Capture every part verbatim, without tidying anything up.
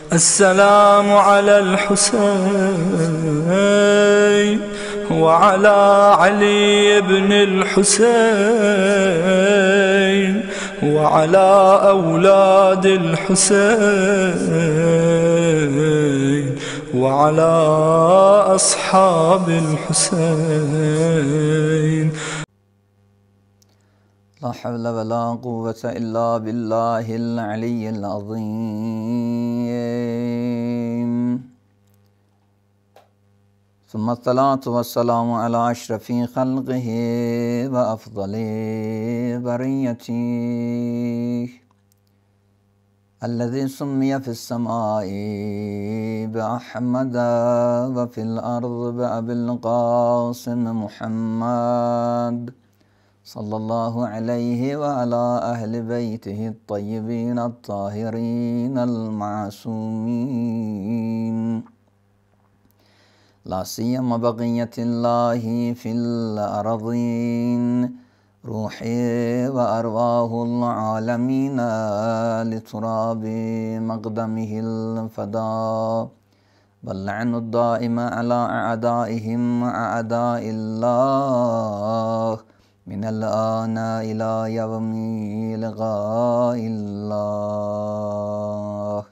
السلام على الحسين وعلى علي بن الحسين وعلى أولاد الحسين وعلى أصحاب الحسين. لا حول ولا قوة إلا بالله العلي العظيم. ثم الصلاة والسلام على أشرف خلقه وأفضل بريته الذي سمي في السماء بأحمد وفي الأرض بأبي القاسم محمد صلى الله عليه وعلى أهل بيته الطيبين الطاهرين المعصومين، لا سيما بقية الله في الأرضين، روحي وأرواح العالمين لتراب مقدمه الفداء، واللعن الدائم على أعدائهم أعداء الله من الآن إلى يوم لقاء الله.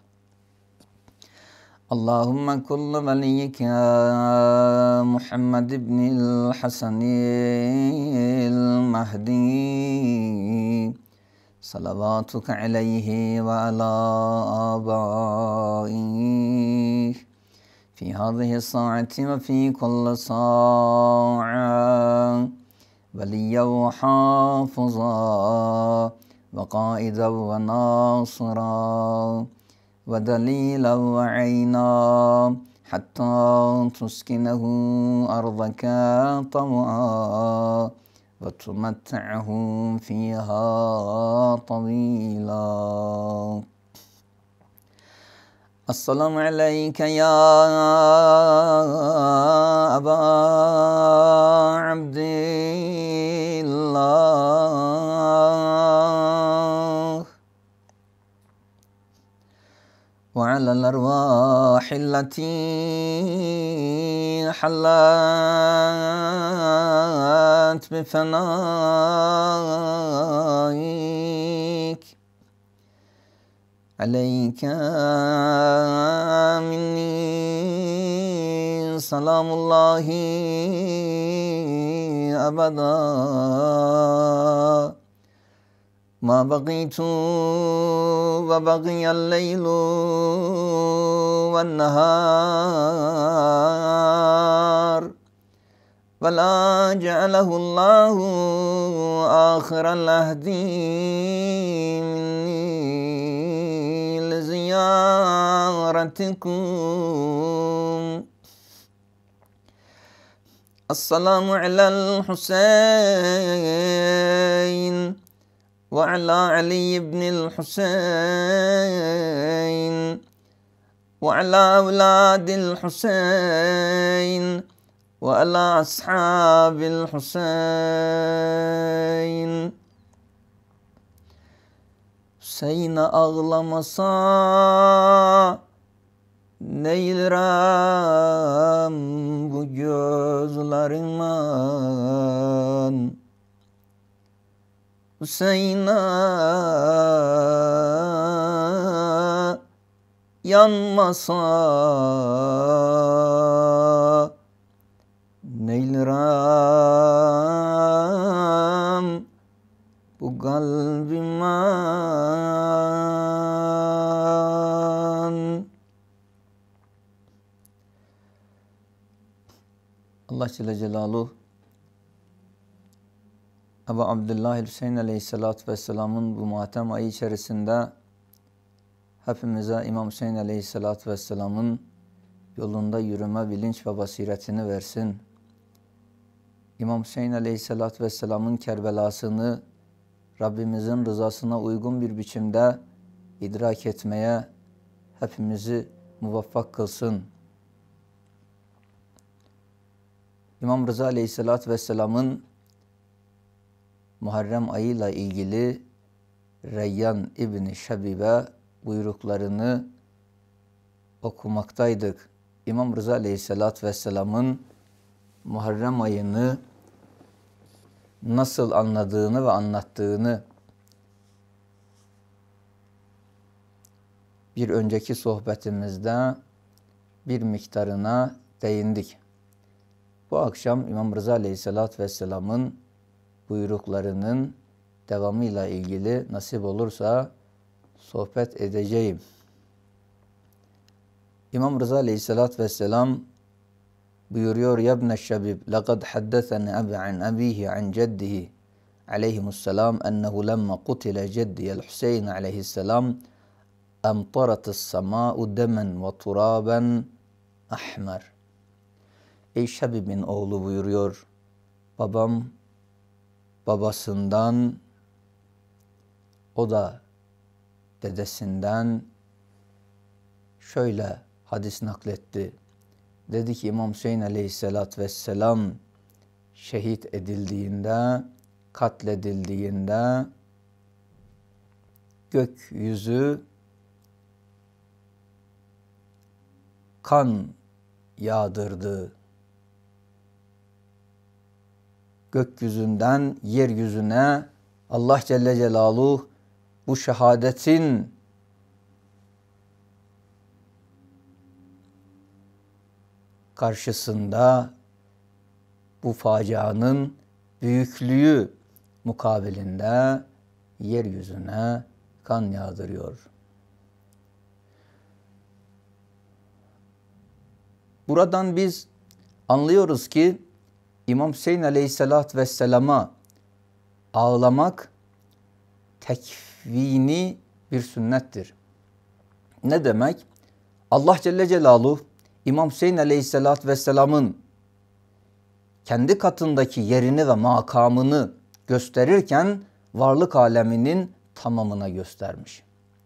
اللهم كل وليك محمد بن الحسن المهدي صلواتك عليه وعلى آبائه في هذه الساعة وفي كل ساعة وليا وحافظا وقائدا وناصرا ودليلا وعينا حتى تسكنه أرضك طوعا وتمتعه فيها طويلا. السلام عليك يا أبا عبد الله وعلى الأرواح التي حلت بفنائك، عليك مني سلام الله أبدا ما بقيت وبقي الليل والنهار، ولا جعله الله آخر العهد مني لزيارتكم. السلام على الحسين وعلى علي بن الحسين وعلى أولاد الحسين وعلى أصحاب الحسين. Hüseyin ağlamasa neylerim bu gözlerimden, Hüseyin'e yanmasa neylerim bu kalbimden. Allah Celle Celaluhu Ebu Abdullah Hüseyin Aleyhisselatü Vesselam'ın bu matem ayı içerisinde hepimize İmam Hüseyin Aleyhisselatü Vesselam'ın yolunda yürüme bilinç ve basiretini versin. İmam Hüseyin Aleyhisselatü Vesselam'ın Kerbelasını Rabbimizin rızasına uygun bir biçimde idrak etmeye hepimizi muvaffak kılsın. İmam Rıza Aleyhisselatü Vesselam'ın Muharrem ayıyla ilgili Reyyan İbni Şebibe buyruklarını okumaktaydık. İmam Rıza Aleyhisselatü Vesselam'ın Muharrem ayını nasıl anladığını ve anlattığını bir önceki sohbetimizde bir miktarına değindik. Bu akşam İmam Rıza Aleyhisselatü Vesselam'ın buyruklarının devamıyla ilgili nasip olursa sohbet edeceğim. İmam Rıza Aleyhisselatü Vesselam buyuruyor: "Yabne şebib, laqad haddesene abi an abihi an ceddihi aleyhimusselam ennehu lemma kutile ceddiyel Hüseyin aleyhisselam emtaratis semâ'u demen ve turaben ahmer." Ey Şebib'in oğlu buyuruyor, babam babasından, o da dedesinden şöyle hadis nakletti. Dedi ki İmam Hüseyin aleyhissalatü vesselam şehit edildiğinde, katledildiğinde gökyüzü kan yağdırdı. Gökyüzünden yeryüzüne Allah Celle Celaluhu bu şehadetin karşısında, bu facianın büyüklüğü mukabilinde yeryüzüne kan yağdırıyor. Buradan biz anlıyoruz ki İmam Hüseyin Aleyhisselatü Vesselam'a ağlamak tekvini bir sünnettir. Ne demek? Allah Celle Celaluhu İmam Hüseyin Aleyhisselatü Vesselam'ın kendi katındaki yerini ve makamını gösterirken varlık aleminin tamamına göstermiş.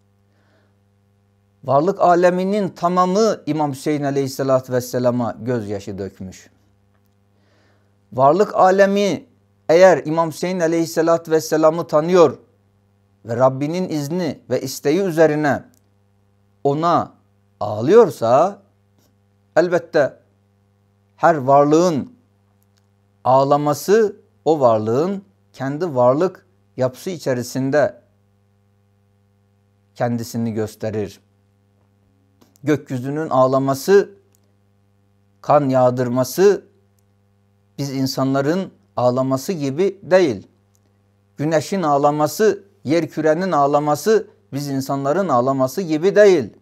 Varlık aleminin tamamı İmam Hüseyin Aleyhisselatü Vesselam'a gözyaşı dökmüş. Varlık alemi eğer İmam Hüseyin Aleyhisselatü Vesselam'ı tanıyor ve Rabbinin izni ve isteği üzerine ona ağlıyorsa, elbette her varlığın ağlaması o varlığın kendi varlık yapısı içerisinde kendisini gösterir. Gökyüzünün ağlaması, kan yağdırması biz insanların ağlaması gibi değil. Güneşin ağlaması, yerkürenin ağlaması biz insanların ağlaması gibi değil.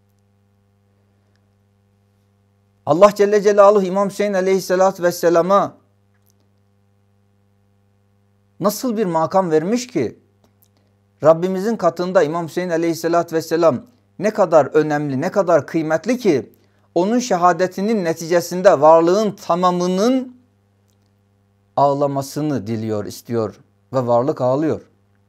Allah Celle Celaluhu İmam Hüseyin Aleyhisselatü Vesselam'a nasıl bir makam vermiş ki Rabbimizin katında İmam Hüseyin Aleyhisselatü Vesselam ne kadar önemli, ne kadar kıymetli ki onun şehadetinin neticesinde varlığın tamamının ağlamasını diliyor, istiyor ve varlık ağlıyor.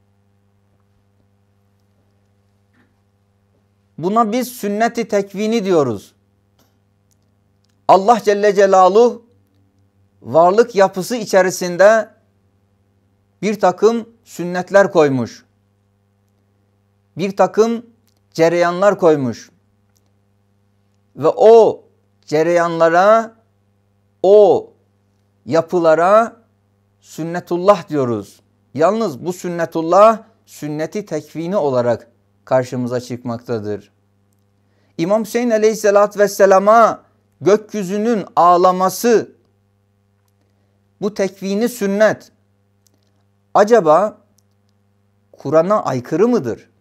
Buna biz sünnet-i tekvini diyoruz. Allah Celle Celaluhu varlık yapısı içerisinde bir takım sünnetler koymuş. Bir takım cereyanlar koymuş. Ve o cereyanlara, o yapılara sünnetullah diyoruz. Yalnız bu sünnetullah sünneti tekvini olarak karşımıza çıkmaktadır. İmam Hüseyin Aleyhisselatü Vesselam'a gökyüzünün ağlaması, bu tekvini sünnet, acaba Kur'an'a aykırı mıdır?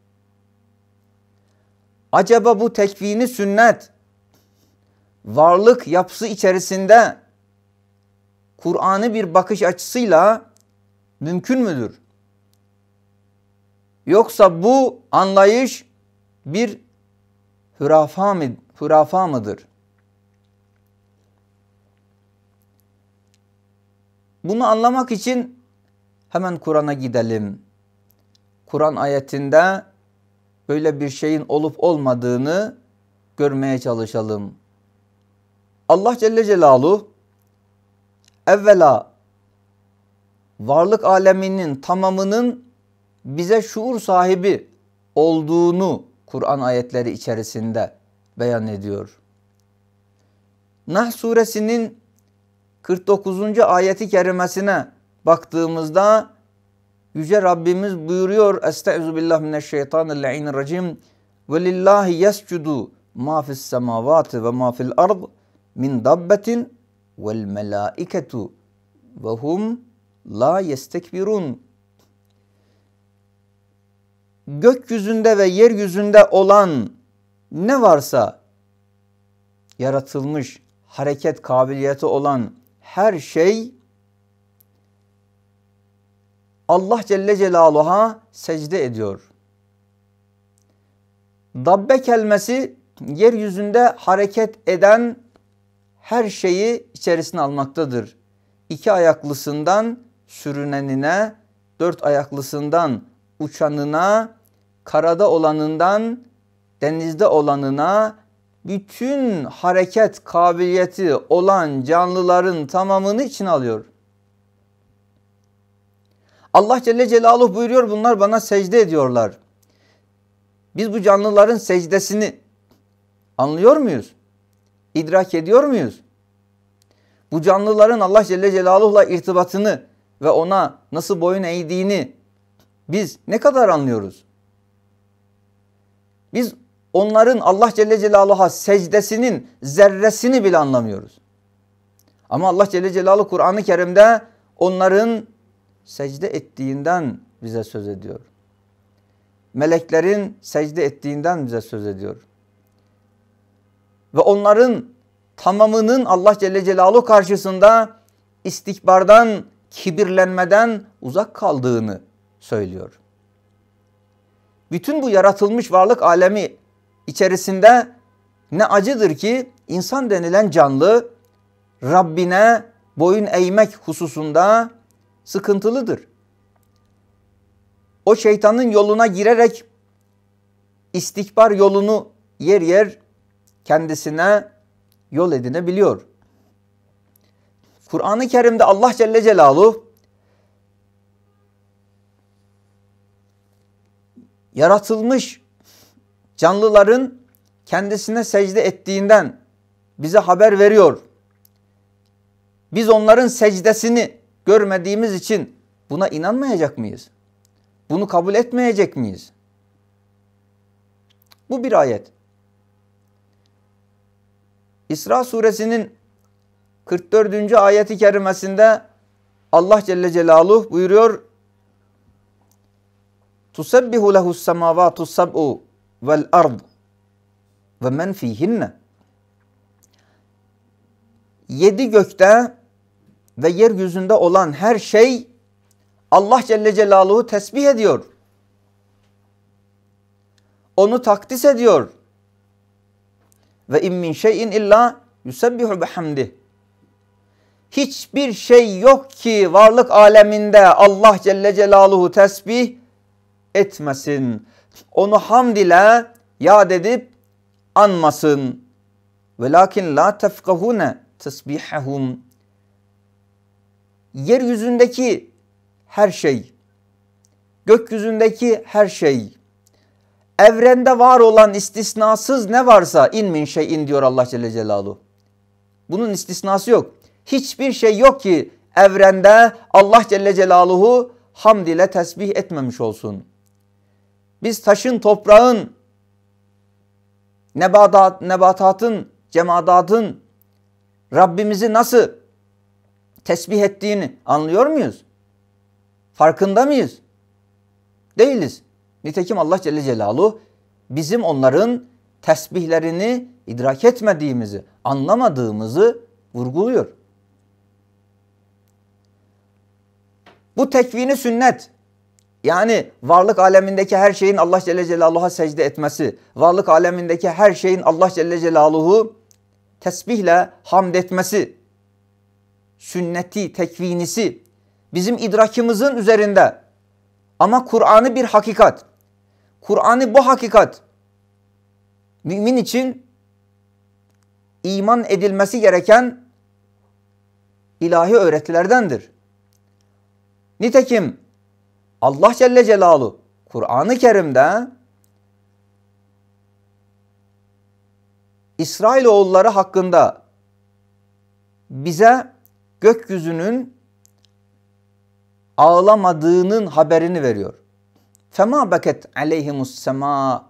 Acaba bu tekvini sünnet varlık yapısı içerisinde Kur'an'ı bir bakış açısıyla mümkün müdür? Yoksa bu anlayış bir hürafa mı, hürafa mıdır? Bunu anlamak için hemen Kur'an'a gidelim. Kur'an ayetinde böyle bir şeyin olup olmadığını görmeye çalışalım. Allah Celle Celaluhu evvela varlık aleminin tamamının bize şuur sahibi olduğunu Kur'an ayetleri içerisinde beyan ediyor. Nahl suresinin kırk dokuzuncu ayeti kerimesine baktığımızda Yüce Rabbimiz buyuruyor: Estaizu billahi mineşşeytanirracim ve lillahi yescudu ma fis semavati ve ma fil ard min dabbetin vel melaiketu ve hum la yestekbirun. Gökyüzünde ve yeryüzünde olan ne varsa, yaratılmış, hareket kabiliyeti olan her şey Allah Celle Celaluhu'ya secde ediyor. Dabbe kelimesi yeryüzünde hareket eden her şeyi içerisine almaktadır. İki ayaklısından sürünenine, dört ayaklısından uçanına, karada olanından denizde olanına, bütün hareket kabiliyeti olan canlıların tamamını içine alıyor. Allah Celle Celaluhu buyuruyor, bunlar bana secde ediyorlar. Biz bu canlıların secdesini anlıyor muyuz? İdrak ediyor muyuz? Bu canlıların Allah Celle Celaluhu'la irtibatını ve ona nasıl boyun eğdiğini biz ne kadar anlıyoruz? Biz onların Allah Celle Celaluhu'ya secdesinin zerresini bile anlamıyoruz. Ama Allah Celle Celaluhu Kur'an-ı Kerim'de onların secde ettiğinden bize söz ediyor. Meleklerin secde ettiğinden bize söz ediyor. Ve onların tamamının Allah Celle Celaluhu karşısında istikbardan, kibirlenmeden uzak kaldığını söylüyor. Bütün bu yaratılmış varlık alemi içerisinde ne acıdır ki insan denilen canlı Rabbine boyun eğmek hususunda sıkıntılıdır. O şeytanın yoluna girerek istikbar yolunu yer yer kendisine yol edinebiliyor. Kur'an-ı Kerim'de Allah Celle Celaluhu yaratılmış canlıların kendisine secde ettiğinden bize haber veriyor. Biz onların secdesini görmediğimiz için buna inanmayacak mıyız? Bunu kabul etmeyecek miyiz? Bu bir ayet. İsra suresinin kırk dördüncü ayeti kerimesinde Allah Celle Celaluhu buyuruyor: Tusebbihu lehus semavatu sab'u vel ard ve men fihinne. Yedi gökte ve yeryüzünde olan her şey Allah Celle Celaluhu tesbih ediyor. Onu takdis ediyor. Ve in min şeyin illa yusebbihu bihamdih. Hiçbir şey yok ki varlık aleminde Allah Celle Celaluhu tesbih etmesin. Onu hamd ile yad edip anmasın. Velakin la tefkahune tesbihahum. Yeryüzündeki her şey, gökyüzündeki her şey, evrende var olan istisnasız ne varsa in min şeyin diyor Allah Celle Celaluhu. Bunun istisnası yok. Hiçbir şey yok ki evrende Allah Celle Celaluhu hamd ile tesbih etmemiş olsun. Biz taşın, toprağın, nebatat, nebatatın, cemadatın Rabbimizi nasıl tesbih ettiğini anlıyor muyuz? Farkında mıyız? Değiliz. Nitekim Allah Celle Celaluhu bizim onların tesbihlerini idrak etmediğimizi, anlamadığımızı vurguluyor. Bu tekvini sünnet, yani varlık alemindeki her şeyin Allah Celle Celaluhu'ya secde etmesi, varlık alemindeki her şeyin Allah Celle Celaluhu tesbihle hamd etmesi, sünneti, tekvinisi bizim idrakimizin üzerinde. Ama Kur'an'ı bir hakikat. Kur'an'ı bu hakikat mümin için iman edilmesi gereken ilahi öğretilerdendir. Nitekim Allah Celle Celaluhu Kur'an-ı Kerim'de İsrailoğulları hakkında bize gökyüzünün ağlamadığının haberini veriyor. Fema beket aleyhimus sema.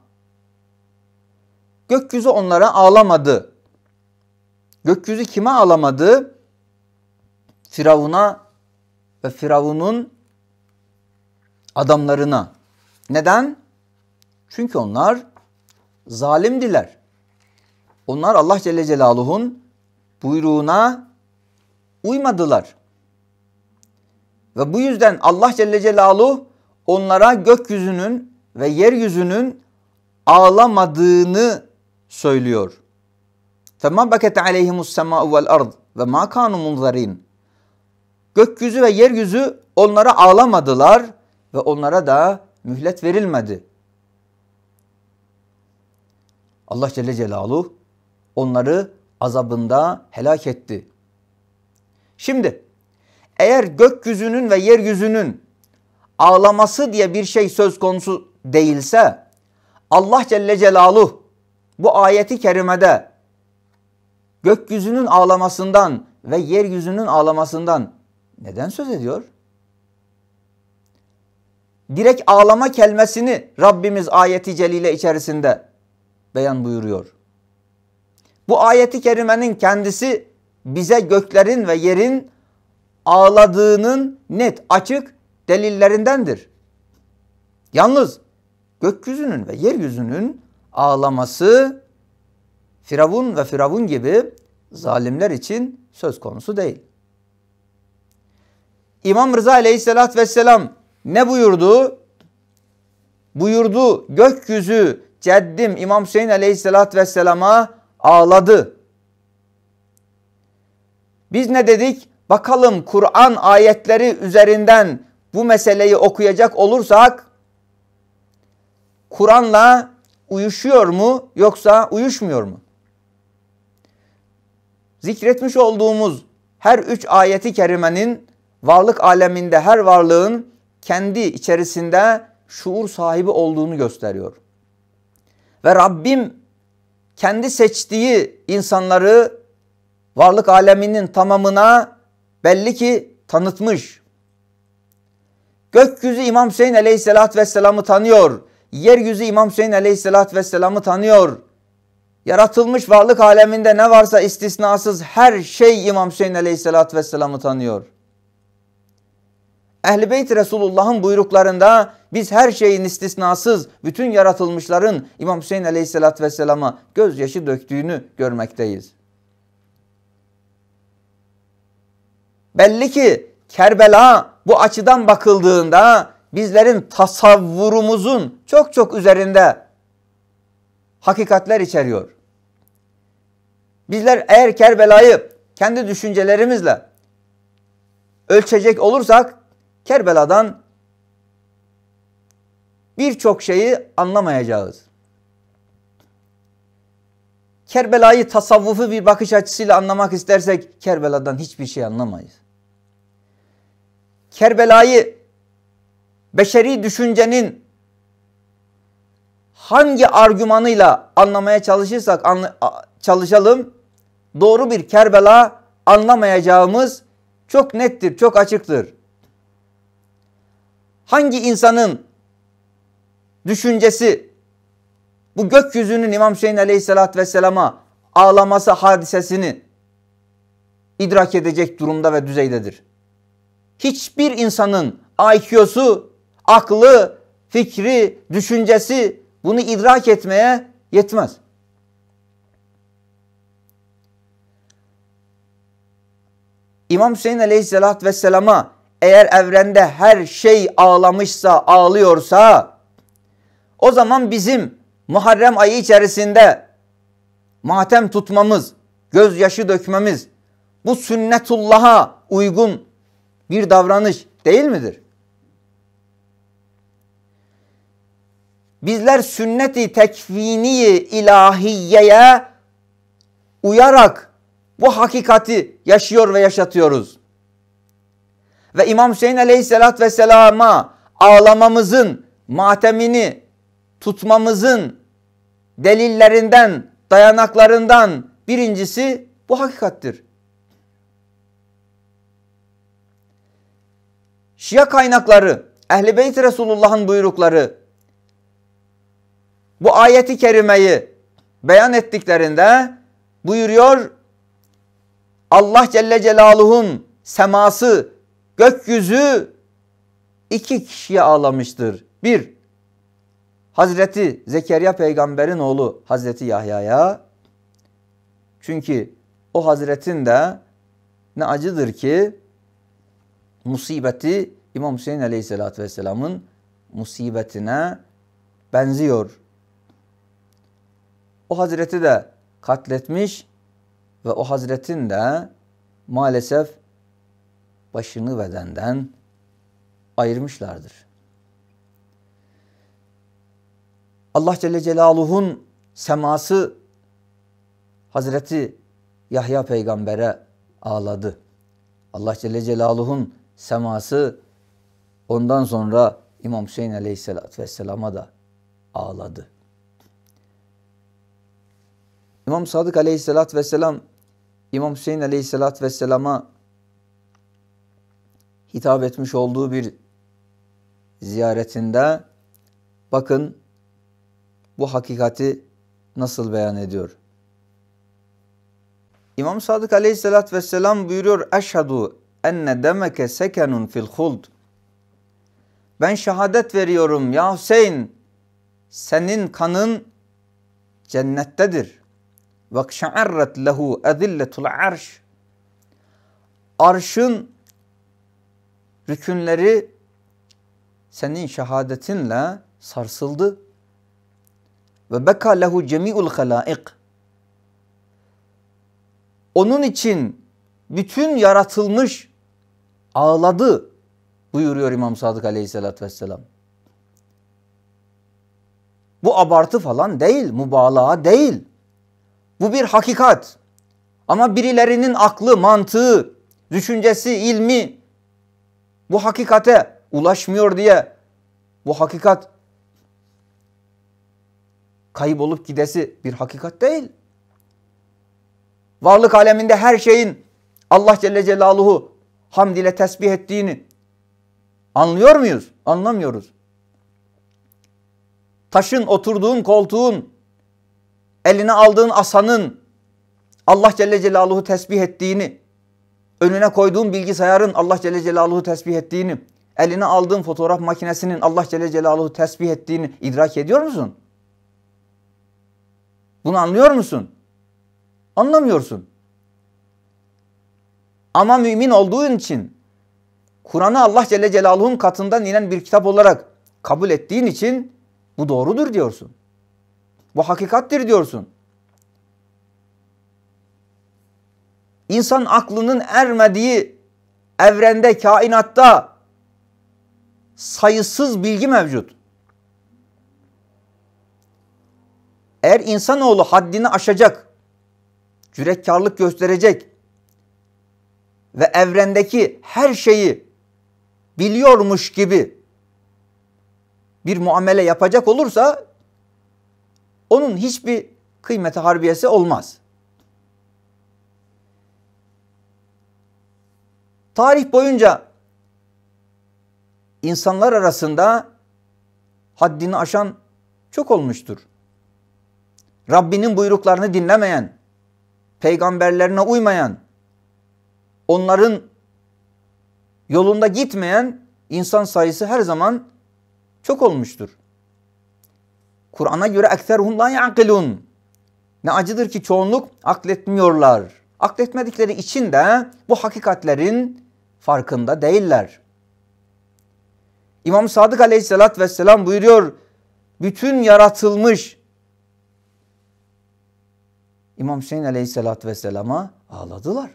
Gökyüzü onlara ağlamadı. Gökyüzü kime ağlamadı? Firavun'a ve Firavun'un adamlarına. Neden? Çünkü onlar zalimdiler. Onlar Allah Celle Celaluhu'nun buyruğuna uymadılar. Ve bu yüzden Allah Celle Celaluhu onlara gökyüzünün ve yeryüzünün ağlamadığını söylüyor. فَمَا بَكَتَ عَلَيْهِمُ السَّمَاءُ وَالْأَرْضِ وَمَا كَانُوا مُنْظَرِينَ. Gökyüzü ve yeryüzü onlara ağlamadılar ve onlara da mühlet verilmedi. Allah Celle Celaluhu onları azabında helak etti. Şimdi eğer gökyüzünün ve yeryüzünün ağlaması diye bir şey söz konusu değilse, Allah Celle Celaluhu bu ayeti kerimede gökyüzünün ağlamasından ve yeryüzünün ağlamasından neden söz ediyor? Direkt ağlama kelimesini Rabbimiz ayeti celile içerisinde beyan buyuruyor. Bu ayeti kerimenin kendisi bize göklerin ve yerin ağladığının net, açık delillerindendir. Yalnız gökyüzünün ve yeryüzünün ağlaması Firavun ve Firavun gibi zalimler için söz konusu değil. İmam Rıza Aleyhisselatü Vesselam ne buyurdu? Buyurdu, gökyüzü ceddim İmam Hüseyin Aleyhisselatü Vesselam'a ağladı. Biz ne dedik? Bakalım Kur'an ayetleri üzerinden bu meseleyi okuyacak olursak Kur'an'la uyuşuyor mu yoksa uyuşmuyor mu? Zikretmiş olduğumuz her üç ayeti kerimenin varlık aleminde her varlığın kendi içerisinde şuur sahibi olduğunu gösteriyor. Ve Rabbim kendi seçtiği insanları varlık aleminin tamamına belli ki tanıtmış. Gökyüzü İmam Hüseyin Aleyhisselatü Vesselam'ı tanıyor. Yeryüzü İmam Hüseyin Aleyhisselatü Vesselam'ı tanıyor. Yaratılmış varlık aleminde ne varsa istisnasız her şey İmam Hüseyin Aleyhisselatü Vesselam'ı tanıyor. Ehl-i Beyt Resulullah'ın buyruklarında biz her şeyin istisnasız bütün yaratılmışların İmam Hüseyin Aleyhisselatü Vesselam'a gözyaşı döktüğünü görmekteyiz. Belli ki Kerbela bu açıdan bakıldığında bizlerin tasavvurumuzun çok çok üzerinde hakikatler içeriyor. Bizler eğer Kerbela'yı kendi düşüncelerimizle ölçecek olursak Kerbela'dan birçok şeyi anlamayacağız. Kerbela'yı tasavvufi bir bakış açısıyla anlamak istersek Kerbela'dan hiçbir şey anlamayız. Kerbela'yı beşeri düşüncenin hangi argümanıyla anlamaya çalışırsak anla, çalışalım, doğru bir Kerbela anlamayacağımız çok nettir, çok açıktır. Hangi insanın düşüncesi bu gökyüzünün İmam Hüseyin Aleyhisselatü Vesselam'a ağlaması hadisesini idrak edecek durumda ve düzeydedir? Hiçbir insanın I Q'su, aklı, fikri, düşüncesi bunu idrak etmeye yetmez. İmam Hüseyin Aleyhisselatü Vesselam'a eğer evrende her şey ağlamışsa, ağlıyorsa o zaman bizim Muharrem ayı içerisinde matem tutmamız, gözyaşı dökmemiz bu sünnetullah'a uygun bir davranış değil midir? Bizler sünnet-i tekvini ilahiyeye uyarak bu hakikati yaşıyor ve yaşatıyoruz. Ve İmam Hüseyin Aleyhisselatü Vesselam'a ağlamamızın, matemini tutmamızın delillerinden dayanaklarından birincisi bu hakikattir. Şia kaynakları, Ehl-i Beyt Resulullah'ın buyrukları bu ayeti kerimeyi beyan ettiklerinde buyuruyor, Allah Celle Celaluhu'nun seması, gökyüzü iki kişiye ağlamıştır. Bir, Hazreti Zekeriya peygamberin oğlu Hazreti Yahya'ya. Çünkü o hazretin de ne acıdır ki musibeti İmam Hüseyin Aleyhisselatü Vesselam'ın musibetine benziyor. O hazreti de katletmiş ve o hazretin de maalesef başını bedenden ayırmışlardır. Allah Celle Celaluhu'nun seması Hazreti Yahya peygambere ağladı. Allah Celle Celaluhu'nun seması ondan sonra İmam Hüseyin Aleyhisselatü Vesselam'a da ağladı. İmam Sadık Aleyhisselatü Vesselam İmam Hüseyin Aleyhisselatü Vesselam'a hitap etmiş olduğu bir ziyaretinde bakın bu hakikati nasıl beyan ediyor. İmam Sadık Aleyhisselatü Vesselam buyuruyor, Eşhedü enne demeke sekenun fil huld. Ben şehadet veriyorum ya Hüseyin, senin kanın cennettedir. Vakşa'arret lehu ezilletul arş. Arşın rükünleri senin şehadetinle sarsıldı. Ve beka lehu cemi'ul halaik. Onun için bütün yaratılmış ağladı buyuruyor İmam Sadık Aleyhisselatü Vesselam. Bu abartı falan değil, mübalağa değil. Bu bir hakikat. Ama birilerinin aklı, mantığı, düşüncesi, ilmi bu hakikate ulaşmıyor diye bu hakikat kaybolup gidesi bir hakikat değil. Varlık aleminde her şeyin Allah Celle Celaluhu hamd ile tesbih ettiğini anlıyor muyuz? Anlamıyoruz. Taşın, oturduğun koltuğun, eline aldığın asanın Allah Celle Celaluhu tesbih ettiğini, önüne koyduğun bilgisayarın Allah Celle Celaluhu tesbih ettiğini, eline aldığın fotoğraf makinesinin Allah Celle Celaluhu tesbih ettiğini idrak ediyor musun? Bunu anlıyor musun? Anlamıyorsun. Ama mümin olduğun için, Kur'an'ı Allah Celle Celaluhu'nun katından inen bir kitap olarak kabul ettiğin için bu doğrudur diyorsun. Bu hakikattir diyorsun. İnsan aklının ermediği evrende, kainatta sayısız bilgi mevcut. Eğer insanoğlu haddini aşacak, cüretkarlık gösterecek ve evrendeki her şeyi biliyormuş gibi bir muamele yapacak olursa onun hiçbir kıymeti harbiyesi olmaz. Tarih boyunca insanlar arasında haddini aşan çok olmuştur. Rabbinin buyruklarını dinlemeyen, peygamberlerine uymayan, onların yolunda gitmeyen insan sayısı her zaman çok olmuştur. Kur'an'a göre ekserhum la ya'kilun. Ne acıdır ki çoğunluk akletmiyorlar. Akletmedikleri için de bu hakikatlerin farkında değiller. İmam Sadık Aleyhisselatü Vesselam buyuruyor, bütün yaratılmış İmam Hüseyin Aleyhisselatü Vesselam'a ağladılar.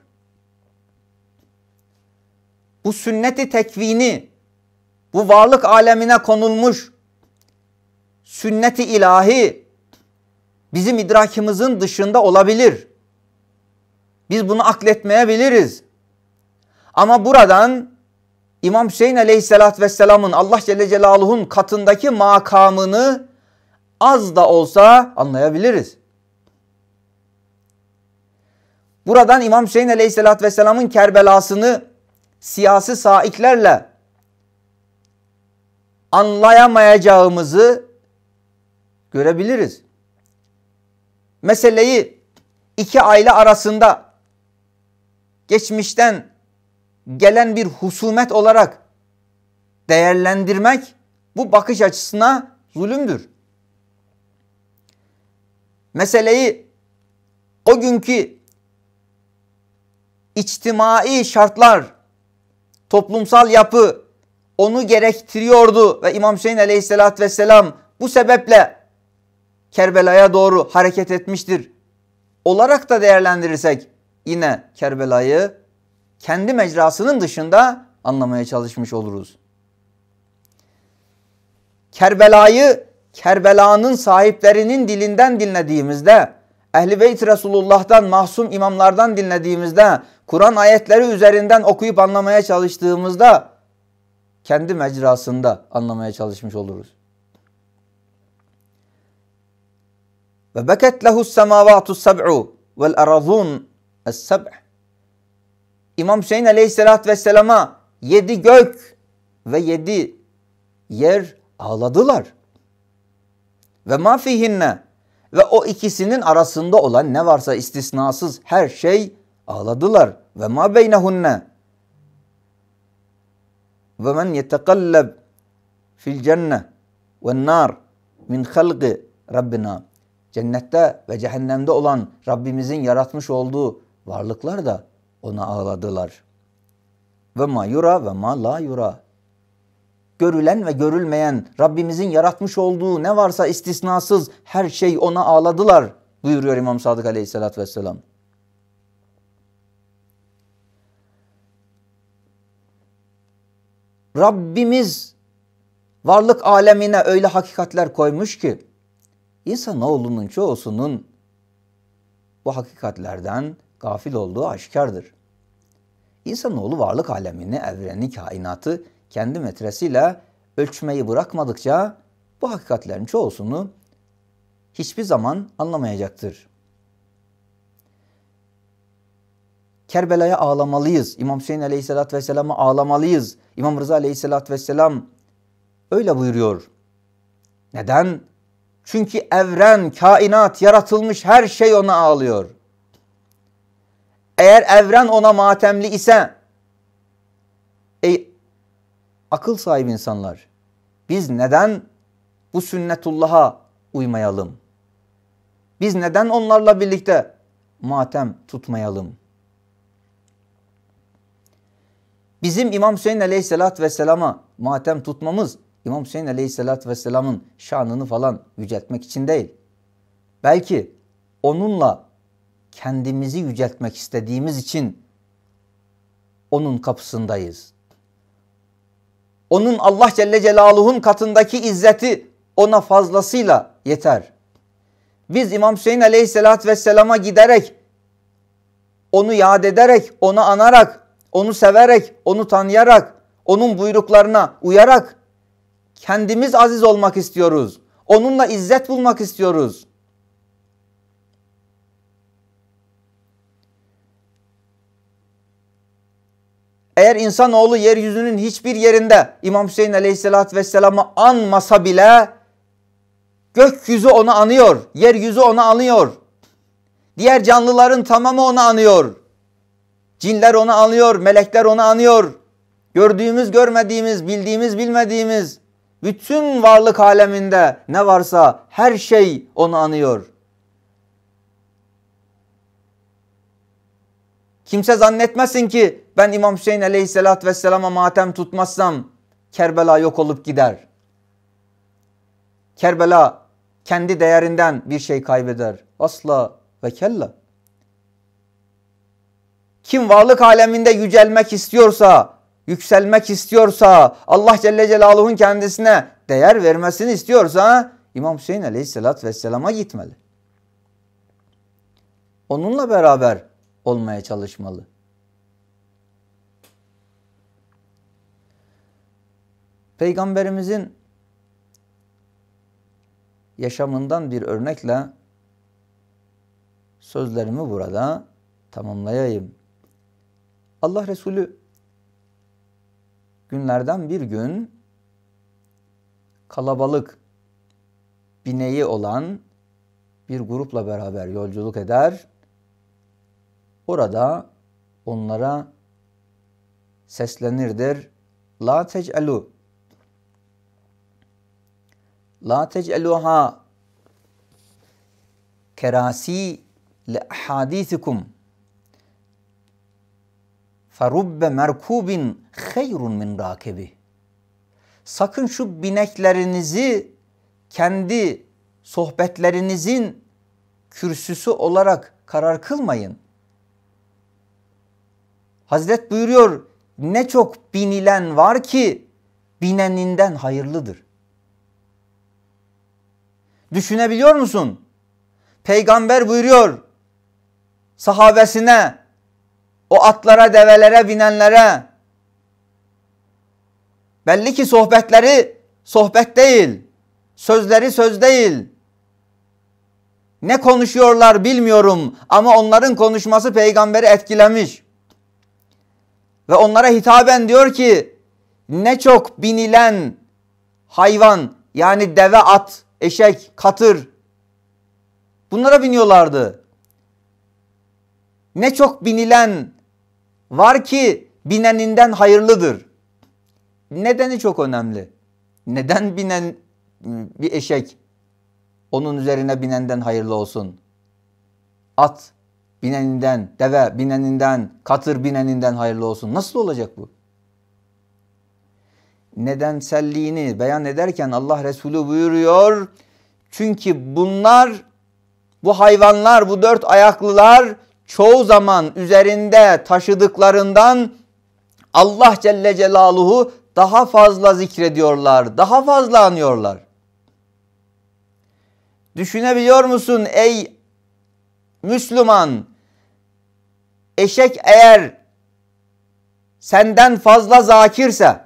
Bu sünnet-i tekvini, bu varlık alemine konulmuş sünnet-i ilahi bizim idrakimizin dışında olabilir. Biz bunu akletmeyebiliriz. Ama buradan İmam Hüseyin Aleyhisselatü Vesselam'ın Allah Celle Celaluhu'nun katındaki makamını az da olsa anlayabiliriz. Buradan İmam Hüseyin Aleyhisselatü Vesselam'ın Kerbela'sını siyasi saiklerle anlayamayacağımızı görebiliriz. Meseleyi iki aile arasında geçmişten gelen bir husumet olarak değerlendirmek bu bakış açısına zulümdür. Meseleyi o günkü içtimai şartlar, toplumsal yapı onu gerektiriyordu ve İmam Hüseyin Aleyhisselatü Vesselam bu sebeple Kerbela'ya doğru hareket etmiştir olarak da değerlendirirsek yine Kerbela'yı kendi mecrasının dışında anlamaya çalışmış oluruz. Kerbela'yı Kerbela'nın sahiplerinin dilinden dinlediğimizde, Ehl-i Beyt Resulullah'tan, mahsum imamlardan dinlediğimizde, Kur'an ayetleri üzerinden okuyup anlamaya çalıştığımızda kendi mecrasında anlamaya çalışmış oluruz. Ve beket lehu's semavatus seb'u vel arazun es-seb'. İmam Hüseyin Aleyhisselatü Vesselam'a yedi gök ve yedi yer ağladılar. Ve ma fihinne, ve o ikisinin arasında olan ne varsa istisnasız her şey ağladılar. Ve ma beynehunne, ve men yetekalleb fil cenne ve nar min halqi Rabbina. Cennette ve cehennemde olan Rabbimizin yaratmış olduğu varlıklar da ona ağladılar. Ve ma yura ve ma la yura. Görülen ve görülmeyen Rabbimizin yaratmış olduğu ne varsa istisnasız her şey ona ağladılar buyuruyor İmam Sadık Aleyhisselatü Vesselam. Rabbimiz varlık alemine öyle hakikatler koymuş ki insanoğlunun çoğusunun bu hakikatlerden gafil olduğu aşikardır. İnsanoğlu varlık alemini, evreni, kainatı kendi metresiyle ölçmeyi bırakmadıkça bu hakikatlerin çoğusunu hiçbir zaman anlamayacaktır. Kerbela'ya ağlamalıyız. İmam Hüseyin Aleyhisselatü Vesselam'a ağlamalıyız. İmam Rıza Aleyhisselatü Vesselam öyle buyuruyor. Neden? Çünkü evren, kainat, yaratılmış her şey ona ağlıyor. Eğer evren ona matemli ise, ey akıl sahibi insanlar, biz neden bu sünnetullah'a uymayalım? Biz neden onlarla birlikte matem tutmayalım? Bizim İmam Hüseyin Aleyhisselatü Vesselam'a matem tutmamız, İmam Hüseyin Aleyhisselatü Vesselam'ın şanını falan yüceltmek için değil. Belki onunla kendimizi yüceltmek istediğimiz için onun kapısındayız. Onun Allah Celle Celaluhu'nun katındaki izzeti ona fazlasıyla yeter. Biz İmam Hüseyin Aleyhisselatü Vesselam'a giderek, onu yad ederek, onu anarak, onu severek, onu tanıyarak, onun buyruklarına uyarak kendimiz aziz olmak istiyoruz. Onunla izzet bulmak istiyoruz. Eğer insanoğlu yeryüzünün hiçbir yerinde İmam Hüseyin Aleyhisselatü Vesselam'ı anmasa bile gökyüzü onu anıyor, yeryüzü onu anıyor. Diğer canlıların tamamı onu anıyor. Cinler onu anıyor, melekler onu anıyor. Gördüğümüz, görmediğimiz, bildiğimiz, bilmediğimiz bütün varlık aleminde ne varsa her şey onu anıyor. Kimse zannetmesin ki ben İmam Hüseyin Aleyhisselatü Vesselam'a matem tutmazsam Kerbela yok olup gider. Kerbela kendi değerinden bir şey kaybeder. Asla ve kella. Kim varlık aleminde yücelmek istiyorsa, yükselmek istiyorsa, Allah Celle Celaluhu'nun kendisine değer vermesini istiyorsa İmam Hüseyin Aleyhisselatü Vesselam'a gitmeli. Onunla beraber olmaya çalışmalı. Peygamberimizin yaşamından bir örnekle sözlerimi burada tamamlayayım. Allah Resulü günlerden bir gün kalabalık bineği olan bir grupla beraber yolculuk eder. Orada onlara seslenirdir. La tec'elu La tec'eluha kerasi li ahadithikum ferubbe merkubin hayrun min rakibi. Sakın şu bineklerinizi kendi sohbetlerinizin kürsüsü olarak karar kılmayın. Hazret buyuruyor, ne çok binilen var ki bineninden hayırlıdır. Düşünebiliyor musun? Peygamber buyuruyor sahabesine, o atlara, develere binenlere, belli ki sohbetleri sohbet değil, sözleri söz değil. Ne konuşuyorlar bilmiyorum ama onların konuşması peygamberi etkilemiş. Ve onlara hitaben diyor ki, ne çok binilen hayvan, yani deve, at, eşek, katır, bunlara biniyorlardı. Ne çok binilen var ki bineninden hayırlıdır. Nedeni çok önemli. Neden binen bir eşek onun üzerine binenden hayırlı olsun? At bineninden, deve bineninden, katır bineninden hayırlı olsun. Nasıl olacak bu? Nedenselliğini beyan ederken Allah Resulü buyuruyor. Çünkü bunlar, bu hayvanlar, bu dört ayaklılar çoğu zaman üzerinde taşıdıklarından Allah Celle Celaluhu daha fazla zikrediyorlar, daha fazla anıyorlar. Düşünebiliyor musun ey Müslüman? Eşek eğer senden fazla zakirse,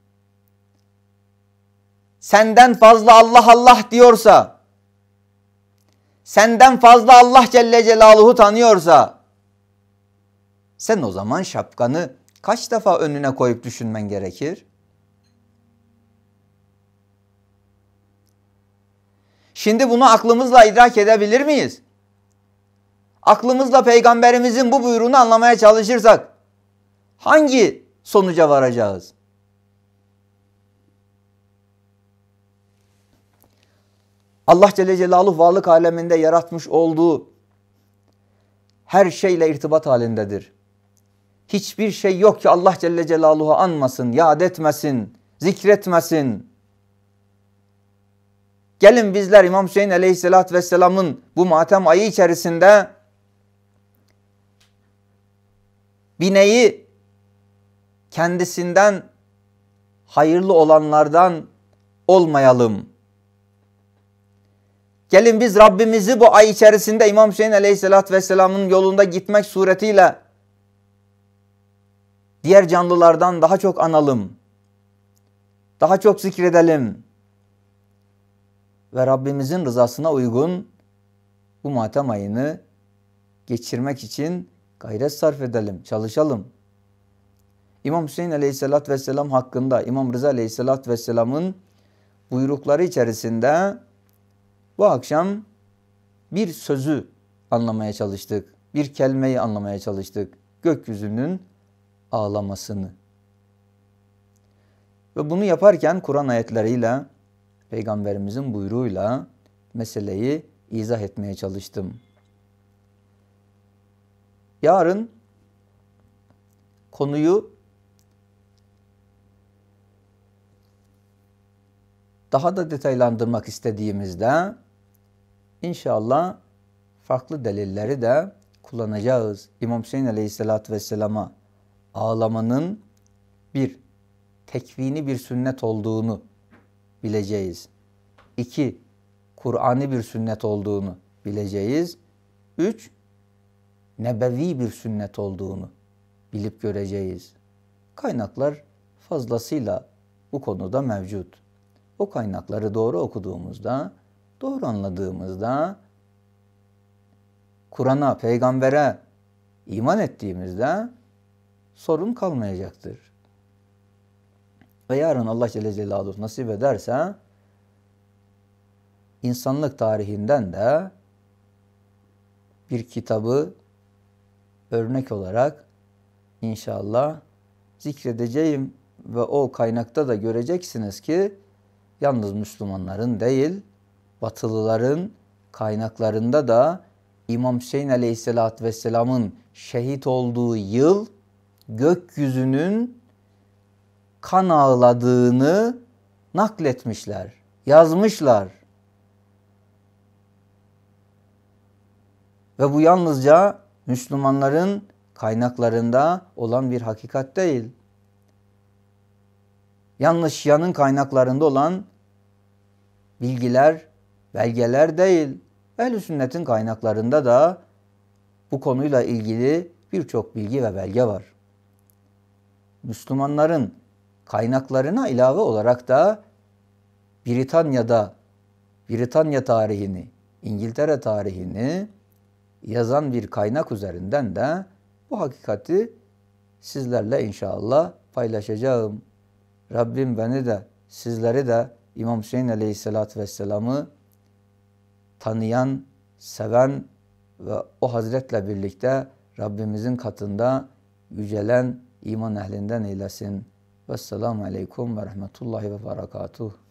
senden fazla Allah Allah diyorsa, senden fazla Allah Celle Celaluhu tanıyorsa, sen o zaman şapkanı kaç defa önüne koyup düşünmen gerekir? Şimdi bunu aklımızla idrak edebilir miyiz? Aklımızla peygamberimizin bu buyruğunu anlamaya çalışırsak hangi sonuca varacağız? Allah Celle Celaluhu varlık aleminde yaratmış olduğu her şeyle irtibat halindedir. Hiçbir şey yok ki Allah Celle Celaluhu anmasın, yad etmesin, zikretmesin. Gelin bizler İmam Hüseyin Aleyhisselatü Vesselam'ın bu matem ayı içerisinde bineği kendisinden hayırlı olanlardan olmayalım. Gelin biz Rabbimizi bu ay içerisinde İmam Hüseyin Aleyhisselatü Vesselam'ın yolunda gitmek suretiyle diğer canlılardan daha çok analım. Daha çok zikredelim. Ve Rabbimizin rızasına uygun bu matem ayını geçirmek için gayret sarf edelim, çalışalım. İmam Hüseyin Aleyhisselatü Vesselam hakkında İmam Rıza Aleyhisselatü Vesselam'ın buyrukları içerisinde bu akşam bir sözü anlamaya çalıştık. Bir kelimeyi anlamaya çalıştık. Gökyüzünün ağlamasını. Ve bunu yaparken Kur'an ayetleriyle, Peygamberimizin buyruğuyla meseleyi izah etmeye çalıştım. Yarın konuyu daha da detaylandırmak istediğimizde inşallah farklı delilleri de kullanacağız. İmam Hüseyin Aleyhisselatü Vesselam'a ağlamanın bir, tekvini bir sünnet olduğunu bileceğiz. İki, Kur'an'ı bir sünnet olduğunu bileceğiz. Üç, nebevi bir sünnet olduğunu bilip göreceğiz. Kaynaklar fazlasıyla bu konuda mevcut. O kaynakları doğru okuduğumuzda, doğru anladığımızda Kur'an'a, peygambere iman ettiğimizde sorun kalmayacaktır. Ve yarın Allah Celle Celaluhu nasip ederse insanlık tarihinden de bir kitabı örnek olarak inşallah zikredeceğim ve o kaynakta da göreceksiniz ki yalnız Müslümanların değil, Batılıların kaynaklarında da İmam Hüseyin Aleyhisselatü Vesselam'ın şehit olduğu yıl gökyüzünün kan ağladığını nakletmişler, yazmışlar. Ve bu yalnızca Müslümanların kaynaklarında olan bir hakikat değil. Yalnız Şia'nın kaynaklarında olan bilgiler, belgeler değil. Ehl-i Sünnet'in kaynaklarında da bu konuyla ilgili birçok bilgi ve belge var. Müslümanların kaynaklarına ilave olarak da Britanya'da Britanya tarihini, İngiltere tarihini yazan bir kaynak üzerinden de bu hakikati sizlerle inşallah paylaşacağım. Rabbim beni de sizleri de İmam Hüseyin Aleyhisselatü Vesselam'ı tanıyan, seven ve o Hazretle birlikte Rabbimizin katında yücelen iman ehlinden eylesin. Vesselamu Aleyküm ve Rahmetullahi ve Berekatuhu.